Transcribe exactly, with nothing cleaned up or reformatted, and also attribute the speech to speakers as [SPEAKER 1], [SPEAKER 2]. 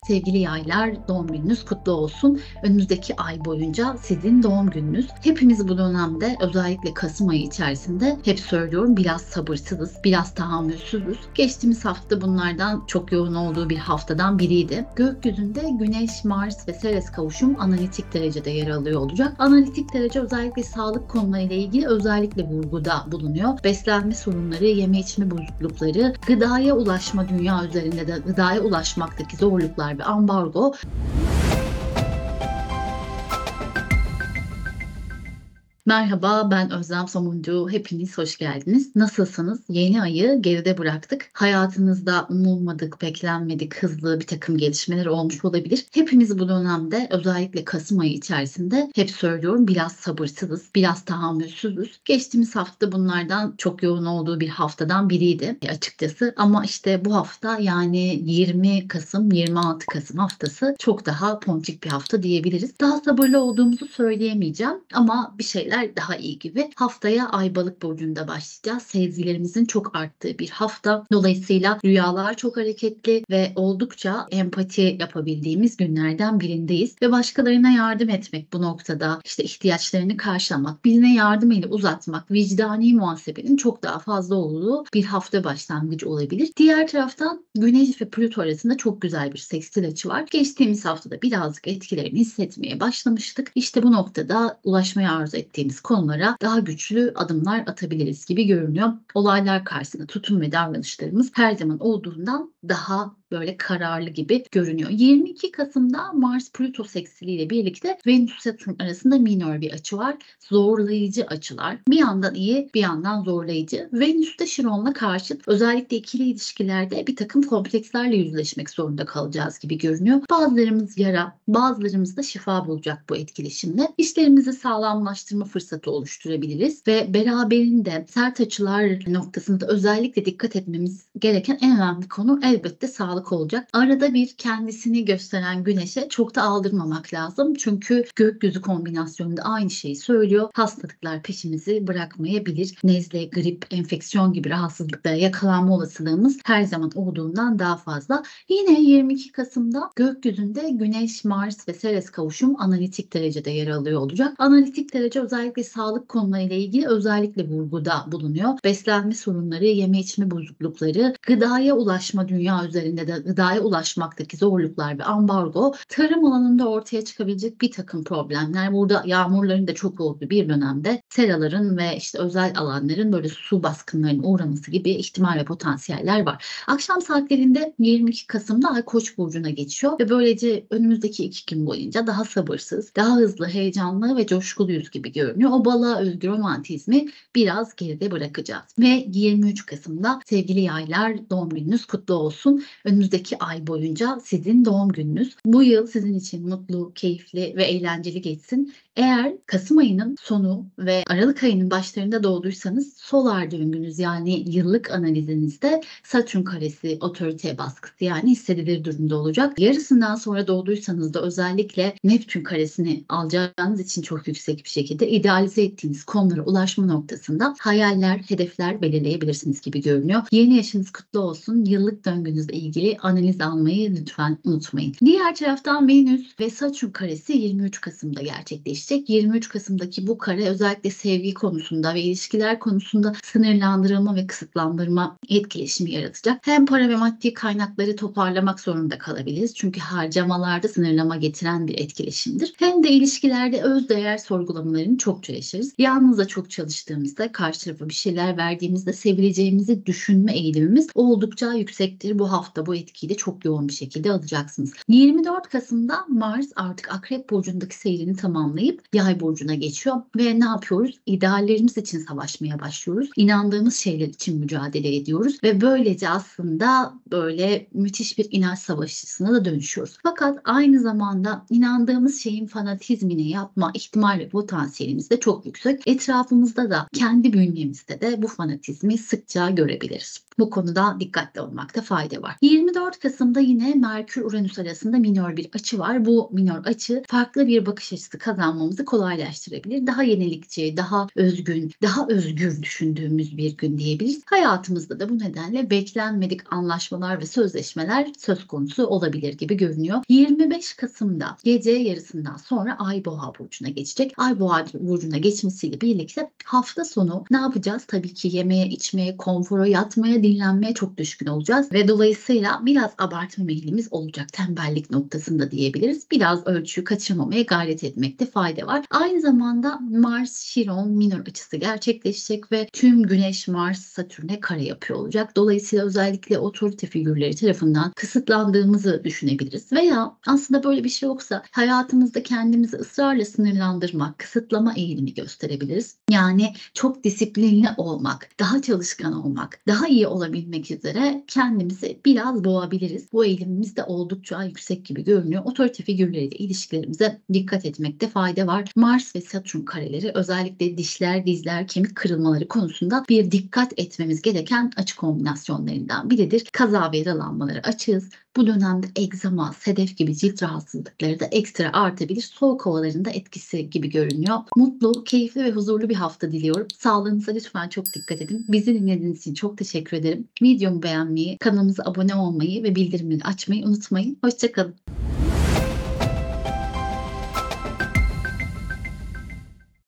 [SPEAKER 1] Sevgili yaylar, doğum gününüz kutlu olsun. Önümüzdeki ay boyunca sizin doğum gününüz. Hepimiz bu dönemde, özellikle Kasım ayı içerisinde hep söylüyorum, biraz sabırsızız, biraz tahammülsüzüz. Geçtiğimiz hafta bunlardan çok yoğun olduğu bir haftadan biriydi. Gökyüzünde Güneş, Mars ve Ceres kavuşum analitik derecede yer alıyor olacak. Analitik derece özellikle sağlık konularıyla ilgili özellikle vurguda bulunuyor. Beslenme sorunları, yeme içme bozuklukları, gıdaya ulaşma, dünya üzerinde de gıdaya ulaşmaktaki zorluklar ve ambargo. Merhaba, ben Özlem Somuncu. Hepiniz hoş geldiniz. Nasılsınız? Yeni ayı geride bıraktık. Hayatınızda umulmadık, beklenmedik, hızlı bir takım gelişmeler olmuş olabilir. Hepimiz bu dönemde, özellikle Kasım ayı içerisinde hep söylüyorum, biraz sabırsızız, biraz tahammülsüzüz. Geçtiğimiz hafta bunlardan çok yoğun olduğu bir haftadan biriydi açıkçası. Ama işte bu hafta, yani yirmi Kasım, yirmi altı Kasım haftası çok daha ponçik bir hafta diyebiliriz. Daha sabırlı olduğumuzu söyleyemeyeceğim ama bir şeyler daha iyi gibi. Haftaya Ay Balık burcunda başlayacağız. Sezgilerimizin çok arttığı bir hafta. Dolayısıyla rüyalar çok hareketli ve oldukça empati yapabildiğimiz günlerden birindeyiz. Ve başkalarına yardım etmek bu noktada, işte ihtiyaçlarını karşılamak, birine yardım eli uzatmak, vicdani muhasebenin çok daha fazla olduğu bir hafta başlangıcı olabilir. Diğer taraftan Güneş ve Plüto arasında çok güzel bir sekstil açı var. Geçtiğimiz haftada birazcık etkilerini hissetmeye başlamıştık. İşte bu noktada ulaşmayı arzu ettiğimiz konulara daha güçlü adımlar atabiliriz gibi görünüyor. Olaylar karşısında tutum ve davranışlarımız her zaman olduğundan daha böyle kararlı gibi görünüyor. yirmi iki Kasım'da Mars Plüto sekstili ile birlikte Venüs Satürn arasında minor bir açı var. Zorlayıcı açılar. Bir yandan iyi, bir yandan zorlayıcı. Venüs de Şiron'la karşıt. Özellikle ikili ilişkilerde bir takım komplekslerle yüzleşmek zorunda kalacağız gibi görünüyor. Bazılarımız yara, bazılarımız da şifa bulacak bu etkileşimle. İşlerimizi sağlamlaştırma fırsatı oluşturabiliriz ve beraberinde sert açılar noktasında özellikle dikkat etmemiz gereken en önemli konu elbette sağlık olacak. Arada bir kendisini gösteren güneşe çok da aldırmamak lazım. Çünkü gökyüzü kombinasyonunda aynı şeyi söylüyor. Hastalıklar peşimizi bırakmayabilir. Nezle, grip, enfeksiyon gibi rahatsızlıklara yakalanma olasılığımız her zaman olduğundan daha fazla. Yine yirmi iki Kasım'da gökyüzünde Güneş, Mars ve Ceres kavuşum analitik derecede yer alıyor olacak. Analitik derece özellikle sağlık konularıyla ilgili özellikle vurguda bulunuyor. Beslenme sorunları, yeme içme bozuklukları, gıdaya ulaşma, dünya üzerinde de gıdaya ulaşmaktaki zorluklar ve ambargo, tarım alanında ortaya çıkabilecek bir takım problemler. Burada yağmurların da çok olduğu bir dönemde seraların ve işte özel alanların böyle su baskınlarına uğraması gibi ihtimal ve potansiyeller var. Akşam saatlerinde yirmi iki Kasım'da Ay Koç burcuna geçiyor ve böylece önümüzdeki iki gün boyunca daha sabırsız, daha hızlı, heyecanlı ve coşkuluyuz gibi görünüyor. O balığa özgü romantizmi biraz geride bırakacağız. Ve yirmi üç Kasım'da sevgili yaylar, doğum gününüz kutlu olsun. Önümüzdeki ay boyunca sizin doğum gününüz. Bu yıl sizin için mutlu, keyifli ve eğlenceli geçsin. Eğer Kasım ayının sonu ve Aralık ayının başlarında doğduysanız solar döngünüz, yani yıllık analizinizde Satürn karesi otoriteye baskısı, yani hissedilir durumda olacak. Yarısından sonra doğduysanız da özellikle Neptün karesini alacağınız için çok yüksek bir şekilde idealize ettiğiniz konulara ulaşma noktasında hayaller, hedefler belirleyebilirsiniz gibi görünüyor. Yeni yaşınız kutlu olsun. Yıllık döngünüzle ilgili analiz almayı lütfen unutmayın. Diğer taraftan Venüs ve Satürn karesi yirmi üç Kasım'da gerçekleşecek. yirmi üç Kasım'daki bu kare özellikle sevgi konusunda ve ilişkiler konusunda sınırlandırılma ve kısıtlandırma etkileşimi yaratacak. Hem para ve maddi kaynakları toparlamak zorunda kalabiliriz. Çünkü harcamalarda sınırlama getiren bir etkileşimdir. Hem de ilişkilerde özdeğer sorgulamalarını çokça yaşarız. Yalnızca çok çalıştığımızda, karşı tarafa bir şeyler verdiğimizde sevileceğimizi düşünme eğilimimiz oldukça yüksektir. Bu hafta bu etkiyi de çok yoğun bir şekilde alacaksınız. yirmi dört Kasım'da Mars artık Akrep burcundaki seyrini tamamlayıp Yay burcuna geçiyor ve ne yapıyoruz? İdeallerimiz için savaşmaya başlıyoruz. İnandığımız şeyler için mücadele ediyoruz ve böylece aslında böyle müthiş bir inanç savaşçısına da dönüşüyoruz. Fakat aynı zamanda inandığımız şeyin fanatizmini yapma ihtimal ve potansiyelimiz de çok yüksek. Etrafımızda da, kendi bünyemizde de bu fanatizmi sıkça görebiliriz. Bu konuda dikkatli olmakta fayda var. yirmi yirmi dört Kasım'da yine Merkür-Uranüs arasında minör bir açı var. Bu minör açı farklı bir bakış açısı kazanmamızı kolaylaştırabilir. Daha yenilikçi, daha özgün, daha özgür düşündüğümüz bir gün diyebiliriz. Hayatımızda da bu nedenle beklenmedik anlaşmalar ve sözleşmeler söz konusu olabilir gibi görünüyor. yirmi beş Kasım'da gece yarısından sonra Ay Boğa burcuna geçecek. Ay Boğa burcuna geçmesiyle birlikte hafta sonu ne yapacağız? Tabii ki yemeye, içmeye, konfora, yatmaya, dinlenmeye çok düşkün olacağız ve dolayısıyla biraz abartma meyilimiz olacak. Tembellik noktasında diyebiliriz. Biraz ölçüyü kaçırmamaya gayret etmekte fayda var. Aynı zamanda Mars-Şiron minör açısı gerçekleşecek ve tüm Güneş, Mars, Satürn'e kare yapıyor olacak. Dolayısıyla özellikle otorite figürleri tarafından kısıtlandığımızı düşünebiliriz. Veya aslında böyle bir şey yoksa hayatımızda kendimizi ısrarla sınırlandırmak, kısıtlama eğilimi gösterebiliriz. Yani çok disiplinli olmak, daha çalışkan olmak, daha iyi olabilmek üzere kendimizi biraz boğabiliriz. Bu eğilimimiz de oldukça yüksek gibi görünüyor. Otorite figürleriyle ilişkilerimize dikkat etmekte fayda var. Mars ve Satürn kareleri özellikle dişler, dizler, kemik kırılmaları konusunda bir dikkat etmemiz gereken açı kombinasyonlarından biridir. Kaza ve yaralanmaları açığız. Bu dönemde egzama, sedef gibi cilt rahatsızlıkları da ekstra artabilir. Soğuk havaların da etkisi gibi görünüyor. Mutlu, keyifli ve huzurlu bir hafta diliyorum. Sağlığınıza lütfen çok dikkat edin. Bizi dinlediğiniz için çok teşekkür ederim. Videomu beğenmeyi, kanalımıza abone olmayı ve bildirimleri açmayı unutmayın. Hoşça kalın.